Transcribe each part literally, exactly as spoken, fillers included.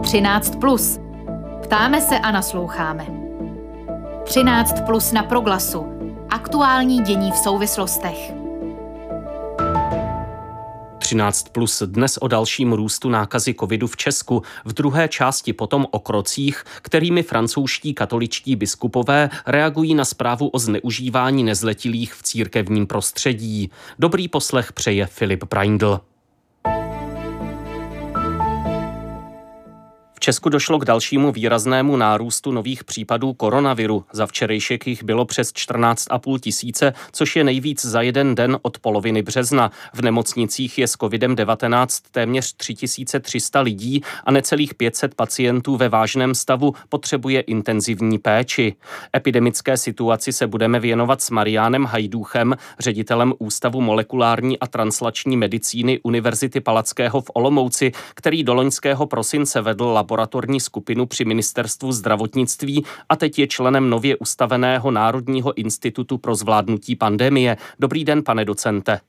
třináct plus. Ptáme se a nasloucháme. třináct plus na Proglasu. Aktuální dění v souvislostech. třináct plus dnes o dalším růstu nákazy covidu v Česku, v druhé části potom o krocích, kterými francouzští katoličtí biskupové reagují na zprávu o zneužívání nezletilých v církevním prostředí. Dobrý poslech přeje Filip Braindl. V Česku došlo k dalšímu výraznému nárůstu nových případů koronaviru. Za včerejšek jich bylo přes čtrnáct a půl tisíce, což je nejvíc za jeden den od poloviny března. V nemocnicích je s covidem devatenáct téměř tři tisíce tři sta lidí a necelých pět set pacientů ve vážném stavu potřebuje intenzivní péči. Epidemické situaci se budeme věnovat s Mariánem Hajdúchem, ředitelem Ústavu molekulární a translační medicíny Univerzity Palackého v Olomouci, který do loňského prosince vedl laboratorní skupinu při Ministerstvu zdravotnictví a teď je členem nově ustaveného Národního institutu pro zvládnutí pandemie. Dobrý den, pane docente.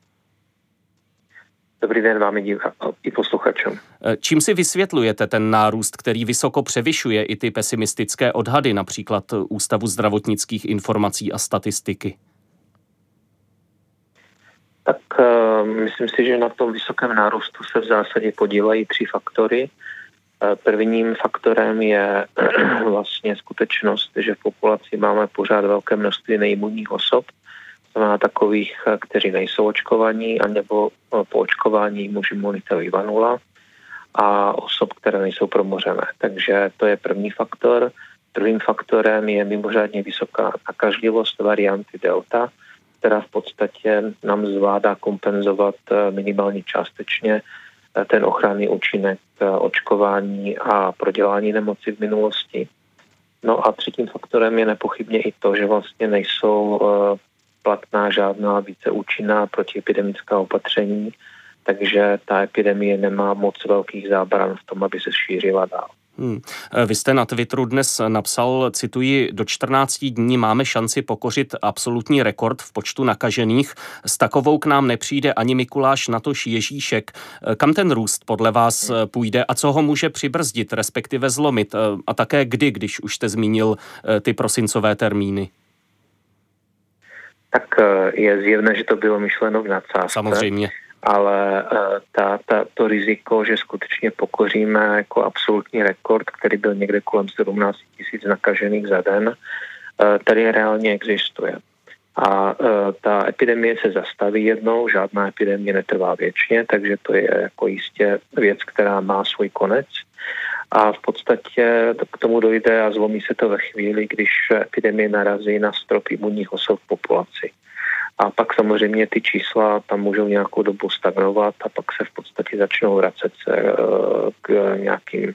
Dobrý den vám i posluchačům. Čím si vysvětlujete ten nárůst, který vysoko převyšuje i ty pesimistické odhady, například Ústavu zdravotnických informací a statistiky? Tak uh, myslím si, že na tom vysokém nárůstu se v zásadě podílejí tři faktory. Prvním faktorem je vlastně skutečnost, že v populaci máme pořád velké množství neimunních osob, znamená takových, kteří nejsou očkovaní, anebo po očkování jim už imunita vyvanula, a osob, které nejsou promořené. Takže to je první faktor. Druhým faktorem je mimořádně vysoká nakažlivost varianty delta, která v podstatě nám zvládá kompenzovat minimálně částečně ten ochranný účinek očkování a prodělání nemoci v minulosti. No a třetím faktorem je nepochybně i to, že vlastně nejsou platná žádná více účinná protiepidemická opatření, takže ta epidemie nemá moc velkých zábran v tom, aby se šířila dál. Hmm. Vy jste na Twitteru dnes napsal, cituji, do čtrnácti dní máme šanci pokořit absolutní rekord v počtu nakažených. S takovou k nám nepřijde ani Mikuláš, natož Ježíšek. Kam ten růst podle vás půjde a co ho může přibrzdit, respektive zlomit? A také kdy, když už jste zmínil ty prosincové termíny? Tak je zjevné, že to bylo myšleno v nadsázce. Samozřejmě. Ale ta, ta, to riziko, že skutečně pokoříme jako absolutní rekord, který byl někde kolem sedmnáct tisíc nakažených za den, tady reálně existuje. A ta epidemie se zastaví jednou, žádná epidemie netrvá věčně, takže to je jako jistě věc, která má svůj konec. A v podstatě k tomu dojde a zlomí se to ve chvíli, když epidemie narazí na strop imunních osob v populaci. A pak samozřejmě ty čísla tam můžou nějakou dobu stagnovat a pak se v podstatě začnou vracet se k nějakým,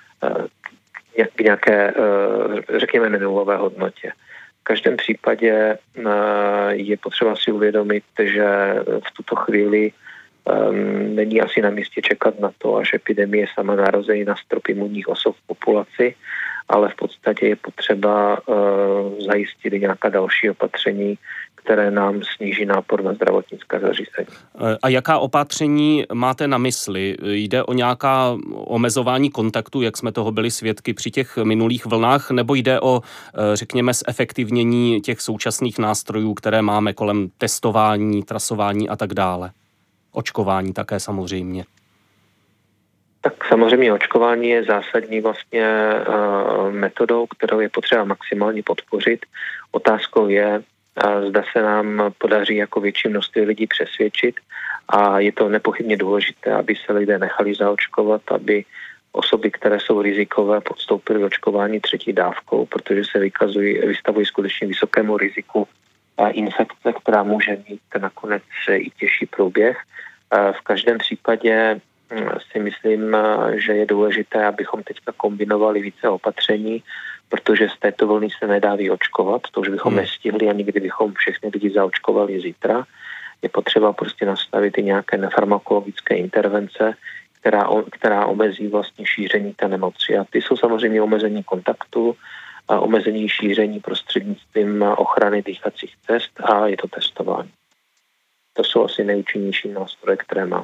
k nějaké, řekněme, nenulové hodnotě. V každém případě je potřeba si uvědomit, že v tuto chvíli není asi na místě čekat na to, až epidemie sama narazí na strop imunních osob v populaci, ale v podstatě je potřeba zajistit nějaká další opatření, které nám sníží nápor na zdravotnická zařízení. A jaká opatření máte na mysli? Jde o nějaká omezování kontaktu, jak jsme toho byli svědky při těch minulých vlnách, nebo jde o, řekněme, zefektivnění těch současných nástrojů, které máme kolem testování, trasování a tak dále? Očkování také samozřejmě. Tak samozřejmě očkování je zásadní vlastně uh, metodou, kterou je potřeba maximálně podpořit. Otázkou je, zda se nám podaří jako větší množství lidí přesvědčit, a je to nepochybně důležité, aby se lidé nechali zaočkovat, aby osoby, které jsou rizikové, podstoupily očkování třetí dávkou, protože se vykazují, vystavují skutečně vysokému riziku infekce, která může mít nakonec i těžší průběh. V každém případě si myslím, že je důležité, abychom teďka kombinovali více opatření, protože z této vlny se nedá vyočkovat, to už bychom hmm. nestihli a nikdy bychom všechny lidi zaočkovali zítra. Je potřeba prostě nastavit i nějaké nefarmakologické intervence, která, která omezí vlastně šíření té nemoci. A ty jsou samozřejmě omezení kontaktu, a omezení šíření prostřednictvím ochrany dýchacích cest a je to testování. To jsou asi nejúčinnější nástroje, které má.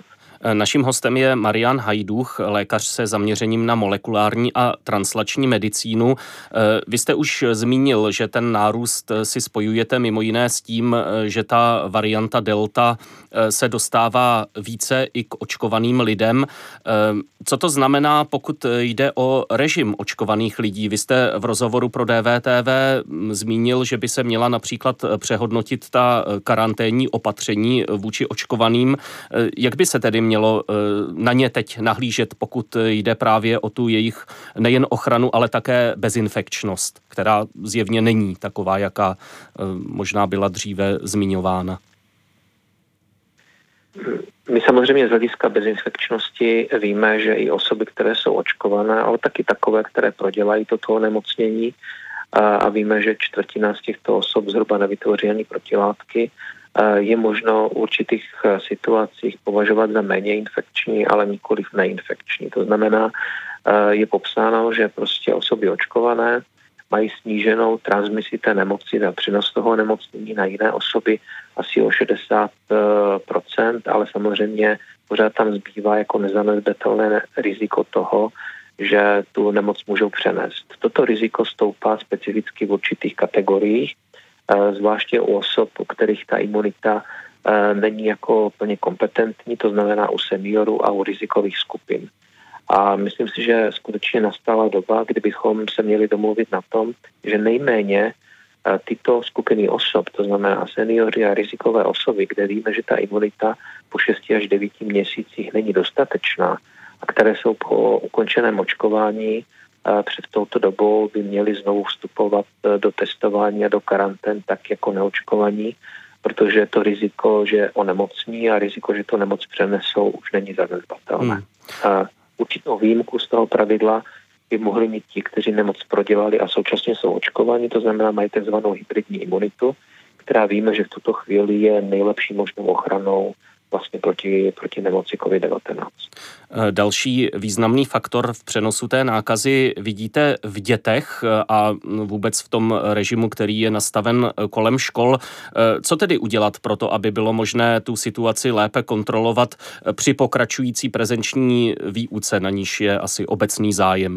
Naším hostem je Marian Hajdúch, lékař se zaměřením na molekulární a translační medicínu. Vy jste už zmínil, že ten nárůst si spojujete mimo jiné s tím, že ta varianta Delta se dostává více i k očkovaným lidem. Co to znamená, pokud jde o režim očkovaných lidí? Vy jste v rozhovoru pro D V T V zmínil, že by se měla například přehodnotit ta karanténní opatření vůči očkovaným. Jak by se tedy mělo na ně teď nahlížet, pokud jde právě o tu jejich nejen ochranu, ale také bezinfekčnost, která zjevně není taková, jaká možná byla dříve zmiňována? My samozřejmě z hlediska bezinfekčnosti víme, že i osoby, které jsou očkované, ale taky takové, které prodělají toto onemocnění, a víme, že čtvrtina z těchto osob zhruba nevytvoří ani protilátky, je možno v určitých situacích považovat za méně infekční, ale nikoliv neinfekční. To znamená, je popsáno, že prostě osoby očkované mají sníženou transmisi té nemoci za přenos toho onemocnění na jiné osoby asi o šedesát procent, ale samozřejmě pořád tam zbývá jako nezanedbatelné riziko toho, že tu nemoc můžou přenést. Toto riziko stoupá specificky v určitých kategoriích, zvláště u osob, u kterých ta imunita není jako plně kompetentní, to znamená u seniorů a u rizikových skupin. A myslím si, že skutečně nastala doba, kdybychom se měli domluvit na tom, že nejméně tyto skupiny osob, to znamená senioři a rizikové osoby, kde víme, že ta imunita po šesti až devíti měsících není dostatečná a které jsou po ukončeném očkování před touto dobou, by měli znovu vstupovat do testování a do karantén tak jako neočkovaní, protože to riziko, že onemocní a riziko, že to nemoc přenesou, už není zanedbatelné. Hmm. Určitou výjimku z toho pravidla by mohli mít ti, kteří nemoc prodělali a současně jsou očkováni, to znamená mají takzvanou hybridní imunitu, která víme, že v tuto chvíli je nejlepší možnou ochranou vlastně proti, proti nemoci covid devatenáct. Další významný faktor v přenosu té nákazy vidíte v dětech a vůbec v tom režimu, který je nastaven kolem škol. Co tedy udělat pro to, aby bylo možné tu situaci lépe kontrolovat při pokračující prezenční výuce, na níž je asi obecný zájem?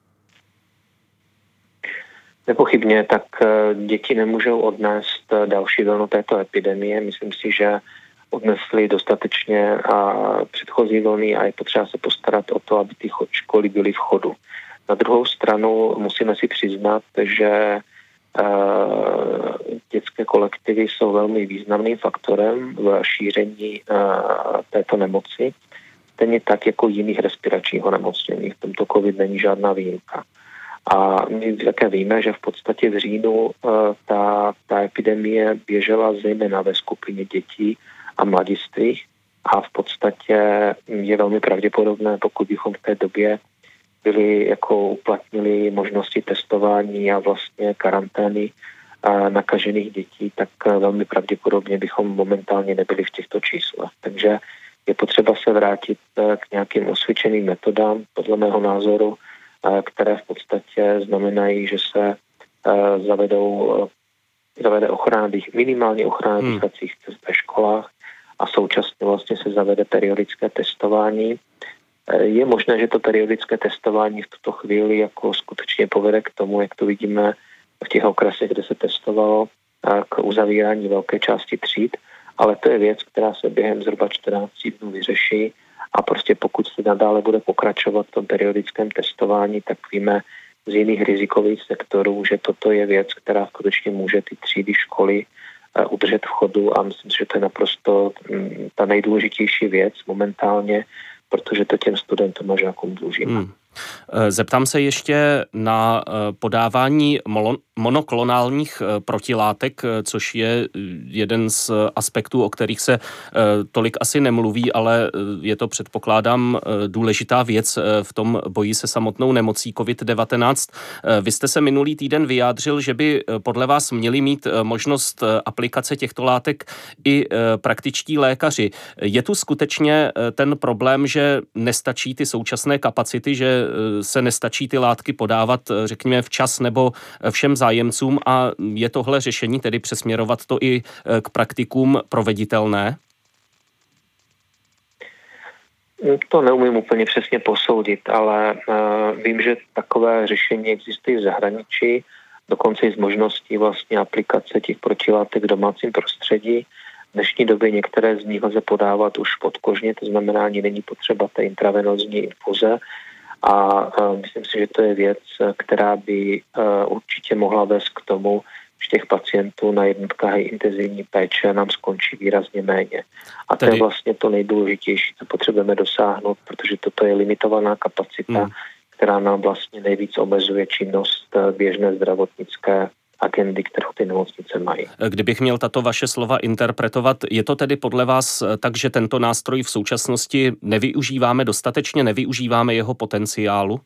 Nepochybně, tak děti nemůžou odnést další vlnu této epidemie. Myslím si, že odnesli dostatečně a předchozí vlny a je potřeba se postarat o to, aby ty školy byly v chodu. Na druhou stranu musíme si přiznat, že uh, dětské kolektivy jsou velmi významným faktorem v šíření uh, této nemoci, stejně tak jako jiných respiračních onemocnění. V tomto covid není žádná výjimka. A my také víme, že v podstatě v říjnu uh, ta, ta epidemie běžela zejména ve skupině dětí a mladistvých a v podstatě je velmi pravděpodobné, pokud bychom v té době byli jako uplatnili možnosti testování a vlastně karantény nakažených dětí, tak velmi pravděpodobně bychom momentálně nebyli v těchto číslech. Takže je potřeba se vrátit k nějakým osvědčeným metodám, podle mého názoru, které v podstatě znamenají, že se zavedou zavede ochrana, minimálně ochrana hmm. dýchacích cest ve školách a současně vlastně se zavede periodické testování. Je možné, že to periodické testování v tuto chvíli jako skutečně povede k tomu, jak to vidíme v těch okresech, kde se testovalo, k uzavírání velké části tříd, ale to je věc, která se během zhruba čtrnáct dnů vyřeší a prostě pokud se nadále bude pokračovat v tom periodickém testování, tak víme z jiných rizikových sektorů, že toto je věc, která skutečně může ty třídy školy udržet v chodu a myslím, že to je naprosto ta nejdůležitější věc momentálně, protože to těm studentům a žákům dlužíme. Hmm. Zeptám se ještě na podávání monoklonálních protilátek, což je jeden z aspektů, o kterých se tolik asi nemluví, ale je to, předpokládám, důležitá věc v tom boji se samotnou nemocí covid devatenáct. Vy jste se minulý týden vyjádřil, že by podle vás měli mít možnost aplikace těchto látek i praktičtí lékaři. Je tu skutečně ten problém, že nestačí ty současné kapacity, že se nestačí ty látky podávat, řekněme, včas nebo všem zájemcům a je tohle řešení, tedy přesměrovat to i k praktikům, proveditelné? To neumím úplně přesně posoudit, ale vím, že takové řešení existují v zahraničí, dokonce i s možností vlastně aplikace těch protilátek v domácím prostředí. V dnešní době některé z nich lze podávat už podkožně, to znamená, ani není potřeba té intravenózní infuze. A myslím si, že to je věc, která by určitě mohla vést k tomu, že těch pacientů na jednotkách intenzivní péče nám skončí výrazně méně. A to Tedy... je vlastně to nejdůležitější, co potřebujeme dosáhnout, protože toto je limitovaná kapacita, hmm. která nám vlastně nejvíc omezuje činnost běžné zdravotnické agendy, kterou ty nemocnice mají. Kdybych měl tato vaše slova interpretovat, je to tedy podle vás tak, že tento nástroj v současnosti nevyužíváme dostatečně, nevyužíváme jeho potenciálu?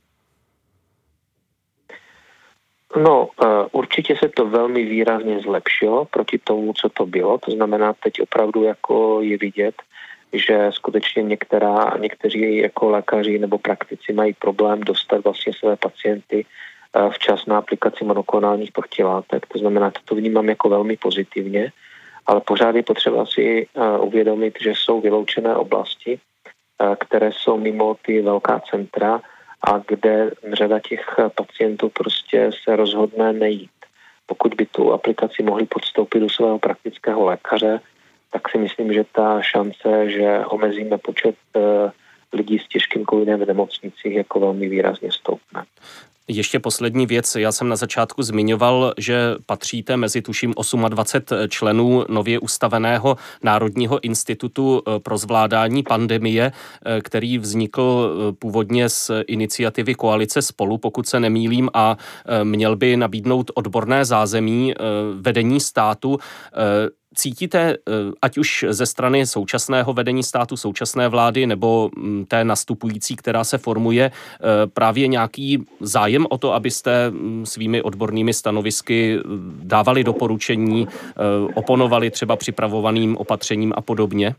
No, určitě se to velmi výrazně zlepšilo proti tomu, co to bylo. To znamená, teď opravdu jako je vidět, že skutečně některá, někteří jako lékaři nebo praktici mají problém dostat vlastně své pacienty včas na aplikaci monoklonálních protilátek. To znamená, to vnímám jako velmi pozitivně, ale pořád je potřeba si uvědomit, že jsou vyloučené oblasti, které jsou mimo ty velká centra a kde řada těch pacientů prostě se rozhodne nejít. Pokud by tu aplikaci mohli podstoupit do svého praktického lékaře, tak si myslím, že ta šance, že omezíme počet lidí s těžkým covidem v nemocnicích, jako velmi výrazně stoupne. Ještě poslední věc. Já jsem na začátku zmiňoval, že patříte mezi tuším dvacet osm členů nově ustaveného Národního institutu pro zvládání pandemie, který vznikl původně z iniciativy Koalice Spolu, pokud se nemýlím, a měl by nabídnout odborné zázemí vedení státu. Cítíte, ať už ze strany současného vedení státu, současné vlády nebo té nastupující, která se formuje, právě nějaký zájem o to, abyste svými odbornými stanovisky dávali doporučení, oponovali třeba připravovaným opatřením a podobně?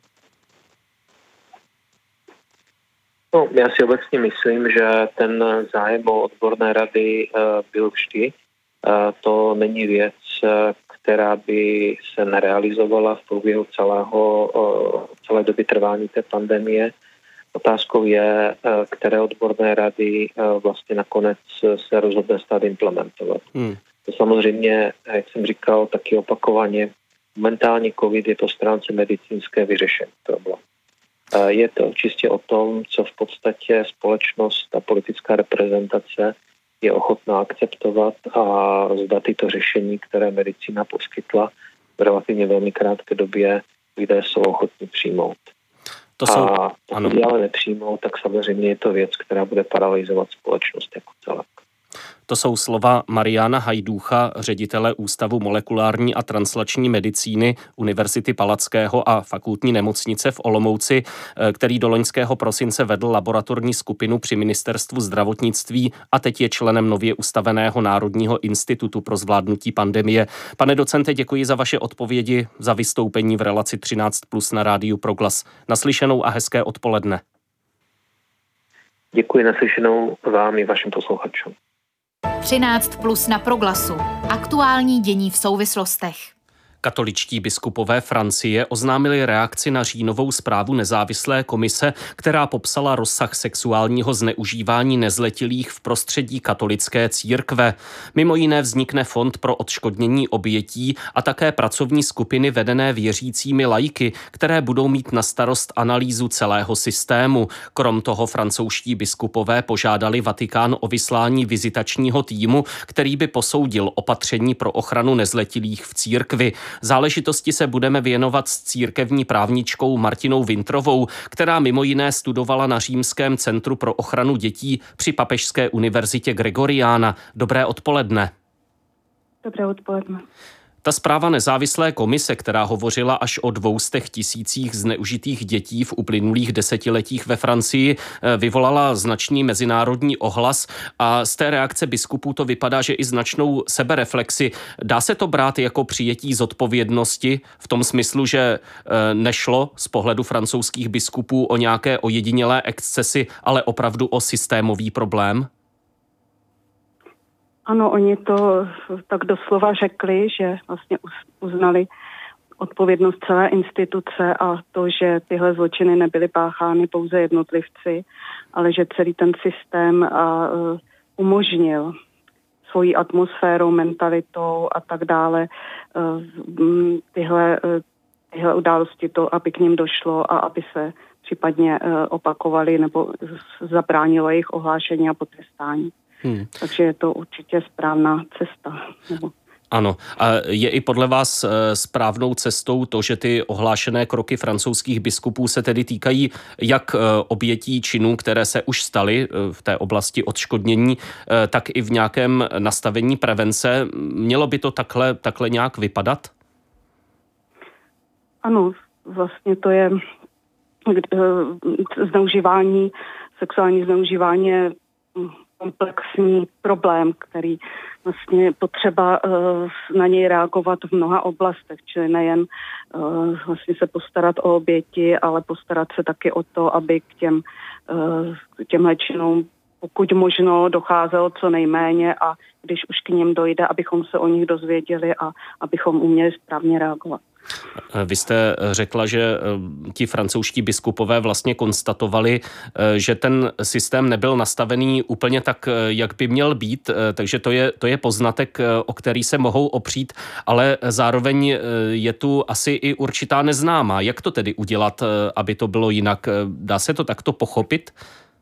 No, já si obecně myslím, že ten zájem o odborné rady byl vždy. To není věc, která by se nerealizovala v průběhu celého, celé doby trvání té pandemie. Otázkou je, které odborné rady vlastně nakonec se rozhodne stát implementovat. Hmm. To samozřejmě, jak jsem říkal, taky opakovaně, momentálně COVID je po stránce medicínské vyřešení problém. Je to čistě o tom, co v podstatě společnost a politická reprezentace je ochotná akceptovat a zda tyto řešení, které medicína poskytla v relativně velmi krátké době, lidé jsou ochotní přijmout. To jsou, a pokud ale nepřijmou, tak samozřejmě je to věc, která bude paralyzovat společnost jako celek. To jsou slova Mariana Hajdúcha, ředitele Ústavu molekulární a translační medicíny Univerzity Palackého a fakultní nemocnice v Olomouci, který do loňského prosince vedl laboratorní skupinu při ministerstvu zdravotnictví a teď je členem nově ustaveného Národního institutu pro zvládnutí pandemie. Pane docente, děkuji za vaše odpovědi, za vystoupení v relaci třináct plus na rádiu Proglas. Naslyšenou a hezké odpoledne. Děkuji, naslyšenou vám i vašim posluchačům. třináct plus na Proglasu. Aktuální dění v souvislostech. Katoličtí biskupové Francie oznámili reakci na říjnovou zprávu nezávislé komise, která popsala rozsah sexuálního zneužívání nezletilých v prostředí katolické církve. Mimo jiné vznikne fond pro odškodnění obětí a také pracovní skupiny vedené věřícími laiky, které budou mít na starost analýzu celého systému. Krom toho francouzští biskupové požádali Vatikán o vyslání vizitačního týmu, který by posoudil opatření pro ochranu nezletilých v církvi. Záležitosti se budeme věnovat s církevní právničkou Martinou Vintrovou, která mimo jiné studovala na Římském centru pro ochranu dětí při Papežské univerzitě Gregoriana. Dobré odpoledne. Dobré odpoledne. Ta zpráva nezávislé komise, která hovořila až o dvoustech tisících zneužitých dětí v uplynulých desetiletích ve Francii, vyvolala značný mezinárodní ohlas a z té reakce biskupů to vypadá, že i značnou sebereflexi. Dá se to brát jako přijetí zodpovědnosti v tom smyslu, že nešlo z pohledu francouzských biskupů o nějaké ojedinělé excesy, ale opravdu o systémový problém? Ano, oni to tak doslova řekli, že vlastně uznali odpovědnost celé instituce a to, že tyhle zločiny nebyly páchány pouze jednotlivci, ale že celý ten systém a, uh, umožnil svojí atmosférou, mentalitou a tak dále uh, tyhle, uh, tyhle události, to, aby k nim došlo a aby se případně uh, opakovaly nebo zabránilo jejich ohlášení a potrestání. Hmm. Takže je to určitě správná cesta. Nebo... Ano. A je i podle vás správnou cestou to, že ty ohlášené kroky francouzských biskupů se tedy týkají jak obětí činů, které se už staly v té oblasti odškodnění, tak i v nějakém nastavení prevence. Mělo by to takhle, takhle nějak vypadat? Ano, vlastně to je zneužívání, sexuální zneužívání je komplexní problém, který vlastně potřeba uh, na něj reagovat v mnoha oblastech, čili nejen uh, vlastně se postarat o oběti, ale postarat se taky o to, aby k těm uh, těmhle činům pokud možno docházelo co nejméně a když už k nim dojde, abychom se o nich dozvěděli a abychom uměli správně reagovat. Vy jste řekla, že ti francouzští biskupové vlastně konstatovali, že ten systém nebyl nastavený úplně tak, jak by měl být, takže to je, to je poznatek, o který se mohou opřít, ale zároveň je tu asi i určitá neznámá. Jak to tedy udělat, aby to bylo jinak? Dá se to takto pochopit?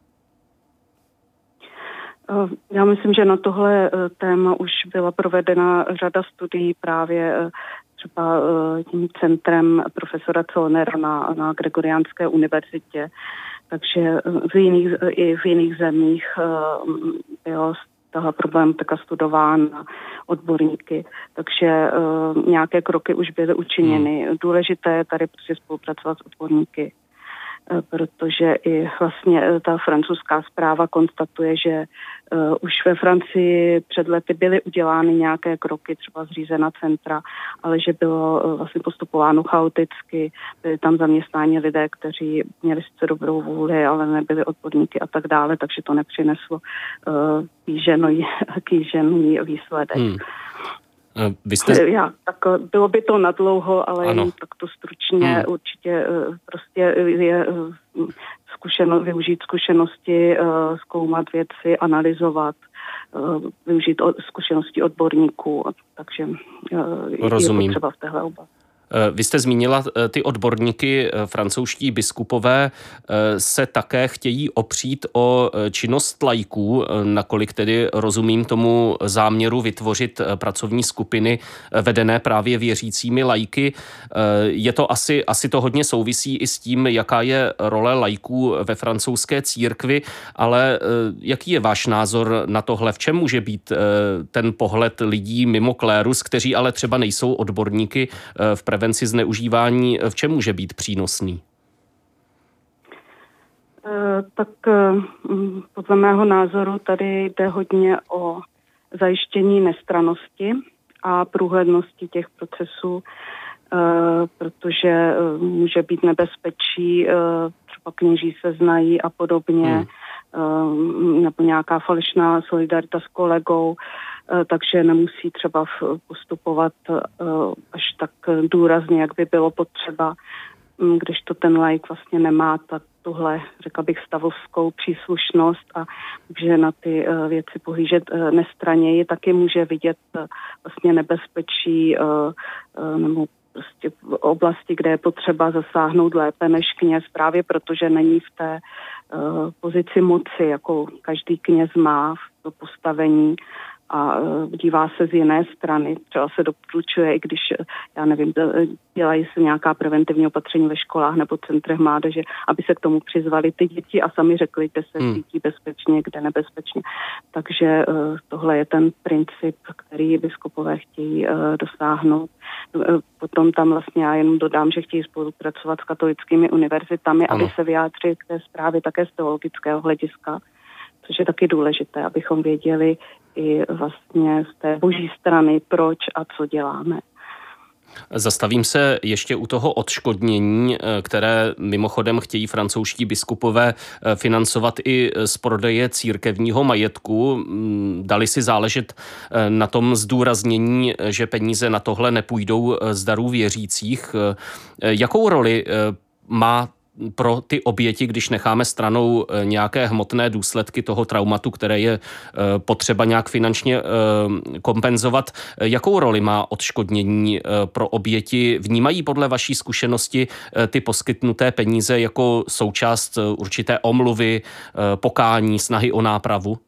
Já myslím, že na tohle téma už byla provedena řada studií právě třeba tím centrem profesora Zollnera na, na Gregoriánské univerzitě. Takže v jiných, i v jiných zemích byl tohle problém také studován na odborníky. Takže nějaké kroky už byly učiněny. Hmm. Důležité je tady prostě spolupracovat s odborníky, protože i vlastně ta francouzská zpráva konstatuje, že uh, už ve Francii před lety byly udělány nějaké kroky, třeba zřízena centra, ale že bylo uh, vlastně postupováno chaoticky, byli tam zaměstnáni lidé, kteří měli sice dobrou vůli, ale nebyli odborníky a tak dále, takže to nepřineslo uh, kýžený, kýžený výsledek. Hmm. Vy jste... Já, tak bylo by to nadlouho, ale jen takto stručně hmm. určitě prostě je zkušeno, využít zkušenosti, zkoumat věci, analyzovat, využít zkušenosti odborníků, takže Rozumím. Je potřeba v téhle oblasti. Vy jste zmínila ty odborníky, francouzští biskupové se také chtějí opřít o činnost laiků, nakolik tedy rozumím tomu záměru vytvořit pracovní skupiny vedené právě věřícími laiky. Je to asi, asi to hodně souvisí i s tím, jaká je role laiků ve francouzské církvi, ale jaký je váš názor na tohle? V čem může být ten pohled lidí mimo klérus, kteří ale třeba nejsou odborníky v prevenci zneužívání, v čem může být přínosný? Tak podle mého názoru tady jde hodně o zajištění nestrannosti a průhlednosti těch procesů, protože může být nebezpečí, třeba kněží se znají a podobně, hmm. nebo nějaká falešná solidarita s kolegou, takže nemusí třeba postupovat až tak důrazně, jak by bylo potřeba, když to ten laik vlastně nemá tak tuhle, řekla bych, stavovskou příslušnost a může na ty věci pohlížet nestranněji, taky může vidět vlastně nebezpečí nebo prostě v oblasti, kde je potřeba zasáhnout lépe než kněz, právě protože není v té pozici moci, jako každý kněz má v to postavení a dívá se z jiné strany. Třeba se doporučuje, i když, já nevím, dělají se nějaká preventivní opatření ve školách nebo centrech mládeže, aby se k tomu přizvali ty děti a sami řekli, kde se cítí bezpečně, kde nebezpečně. Takže tohle je ten princip, který biskupové chtějí dosáhnout. Potom tam vlastně já jenom dodám, že chtějí spolupracovat s katolickými univerzitami, ano. aby se vyjádřili k té zprávě také z teologického hlediska, což je taky důležité, abychom věděli i vlastně z té boží strany, proč a co děláme. Zastavím se ještě u toho odškodnění, které mimochodem chtějí francouzští biskupové financovat i z prodeje církevního majetku. Dali si záležet na tom zdůraznění, že peníze na tohle nepůjdou z darů věřících. Jakou roli má pro ty oběti, když necháme stranou nějaké hmotné důsledky toho traumatu, které je potřeba nějak finančně kompenzovat? Jakou roli má odškodnění pro oběti? Vnímají podle vaší zkušenosti ty poskytnuté peníze jako součást určité omluvy, pokání, snahy o nápravu?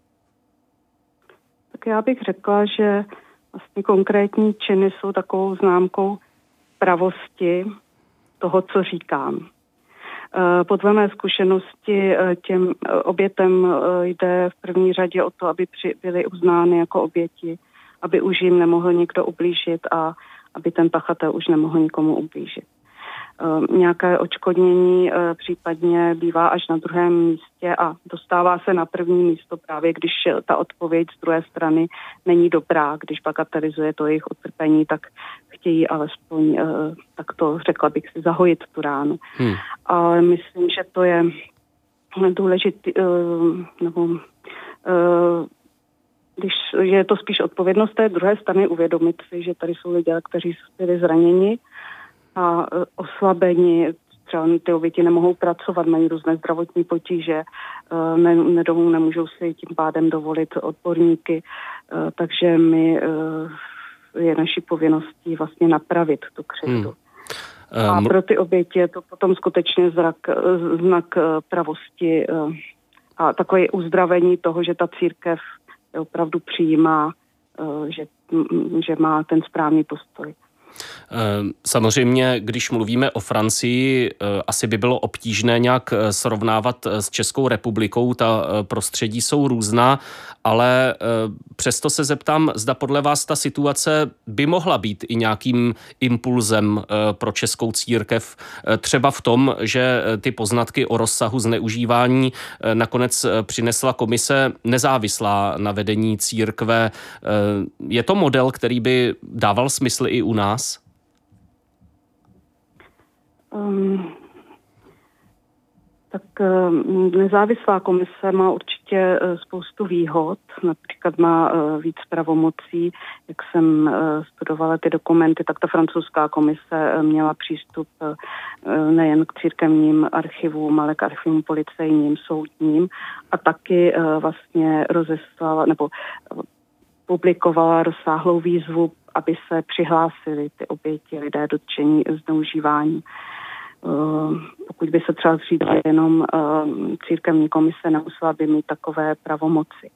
Tak já bych řekla, že vlastně konkrétní činy jsou takovou známkou pravosti toho, co říkám. Podle mé zkušenosti těm obětem jde v první řadě o to, aby byly uznány jako oběti, aby už jim nemohl nikdo ublížit a aby ten pachatel už nemohl nikomu ublížit. Nějaké odškodnění případně bývá až na druhém místě a dostává se na první místo právě, když ta odpověď z druhé strany není dobrá, když bagatelizuje to jejich utrpení, tak chtějí alespoň, tak to řekla bych si, zahojit tu ránu. Hmm. Ale myslím, že to je důležitý, nebo když je to spíš odpovědnost té druhé strany uvědomit si, že tady jsou lidé, kteří byli zraněni a oslabení, třeba ty oběti nemohou pracovat, mají různé zdravotní potíže, ne, nedomů nemůžou si tím pádem dovolit odborníky, takže my je naší povinností vlastně napravit tu křivdu. Hmm. A pro ty oběti je to potom skutečně zrak, znak pravosti a takové uzdravení toho, že ta církev opravdu přijímá, že, že má ten správný postoj. Samozřejmě, když mluvíme o Francii, asi by bylo obtížné nějak srovnávat s Českou republikou, ta prostředí jsou různá, ale přesto se zeptám, zda podle vás ta situace by mohla být i nějakým impulzem pro českou církev, třeba v tom, že ty poznatky o rozsahu zneužívání nakonec přinesla komise nezávislá na vedení církve. Je to model, který by dával smysl i u nás? Um, tak um, nezávislá komise má určitě uh, spoustu výhod, například má uh, víc pravomocí, jak jsem uh, studovala ty dokumenty, tak ta francouzská komise uh, měla přístup uh, nejen k církevním archivům, ale k archivům policejním, soudním a taky uh, vlastně rozeslala nebo uh, publikovala rozsáhlou výzvu, aby se přihlásili ty oběti, lidé dotčení zneužívání. Pokud by se třeba zřídila jenom církevní komise, nemusela by mít takové pravomoci.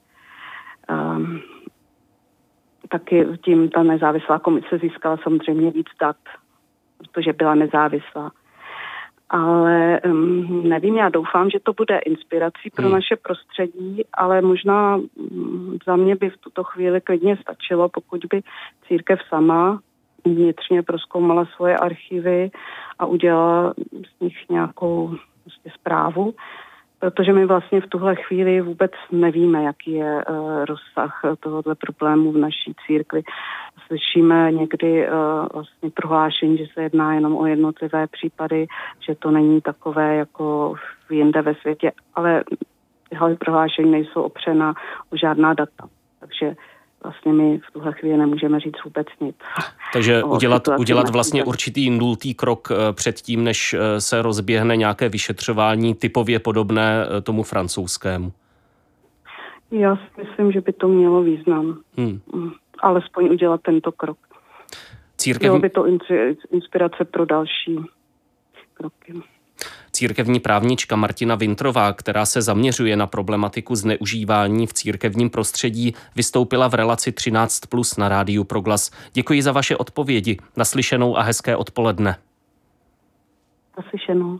Taky tím ta nezávislá komise získala samozřejmě víc dat, protože byla nezávislá. Ale um, nevím, já doufám, že to bude inspirací pro hmm. naše prostředí, ale možná um, za mě by v tuto chvíli klidně stačilo, pokud by církev sama vnitřně prozkoumala svoje archivy a udělala z nich nějakou vlastně zprávu, protože my vlastně v tuhle chvíli vůbec nevíme, jaký je uh, rozsah tohoto problému v naší církvi. Slyšíme někdy uh, vlastně prohlášení, že se jedná jenom o jednotlivé případy, že to není takové jako jinde ve světě, ale tyhle prohlášení nejsou opřena o žádná data. Takže vlastně my v tuhle chvíli nemůžeme říct vůbec nic. Takže udělat, udělat vlastně určitý nultý krok předtím, než se rozběhne nějaké vyšetřování typově podobné tomu francouzskému. Já si myslím, že by to mělo význam. Hmm. Alespoň udělat tento krok. Církevní... Bylo by to inspirace pro další kroky. Církevní právnička Martina Vintrová, která se zaměřuje na problematiku zneužívání v církevním prostředí, vystoupila v relaci třináct plus na Rádiu Proglas. Děkuji za vaše odpovědi. Naslyšenou a hezké odpoledne. Naslyšenou.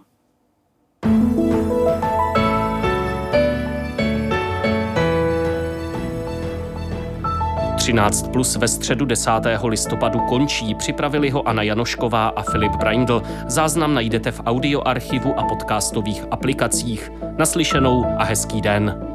třináct plus ve středu desátého listopadu končí. Připravili ho Anna Janošková a Filip Braindl. Záznam najdete v audioarchivu a podcastových aplikacích. Naslyšenou a hezký den.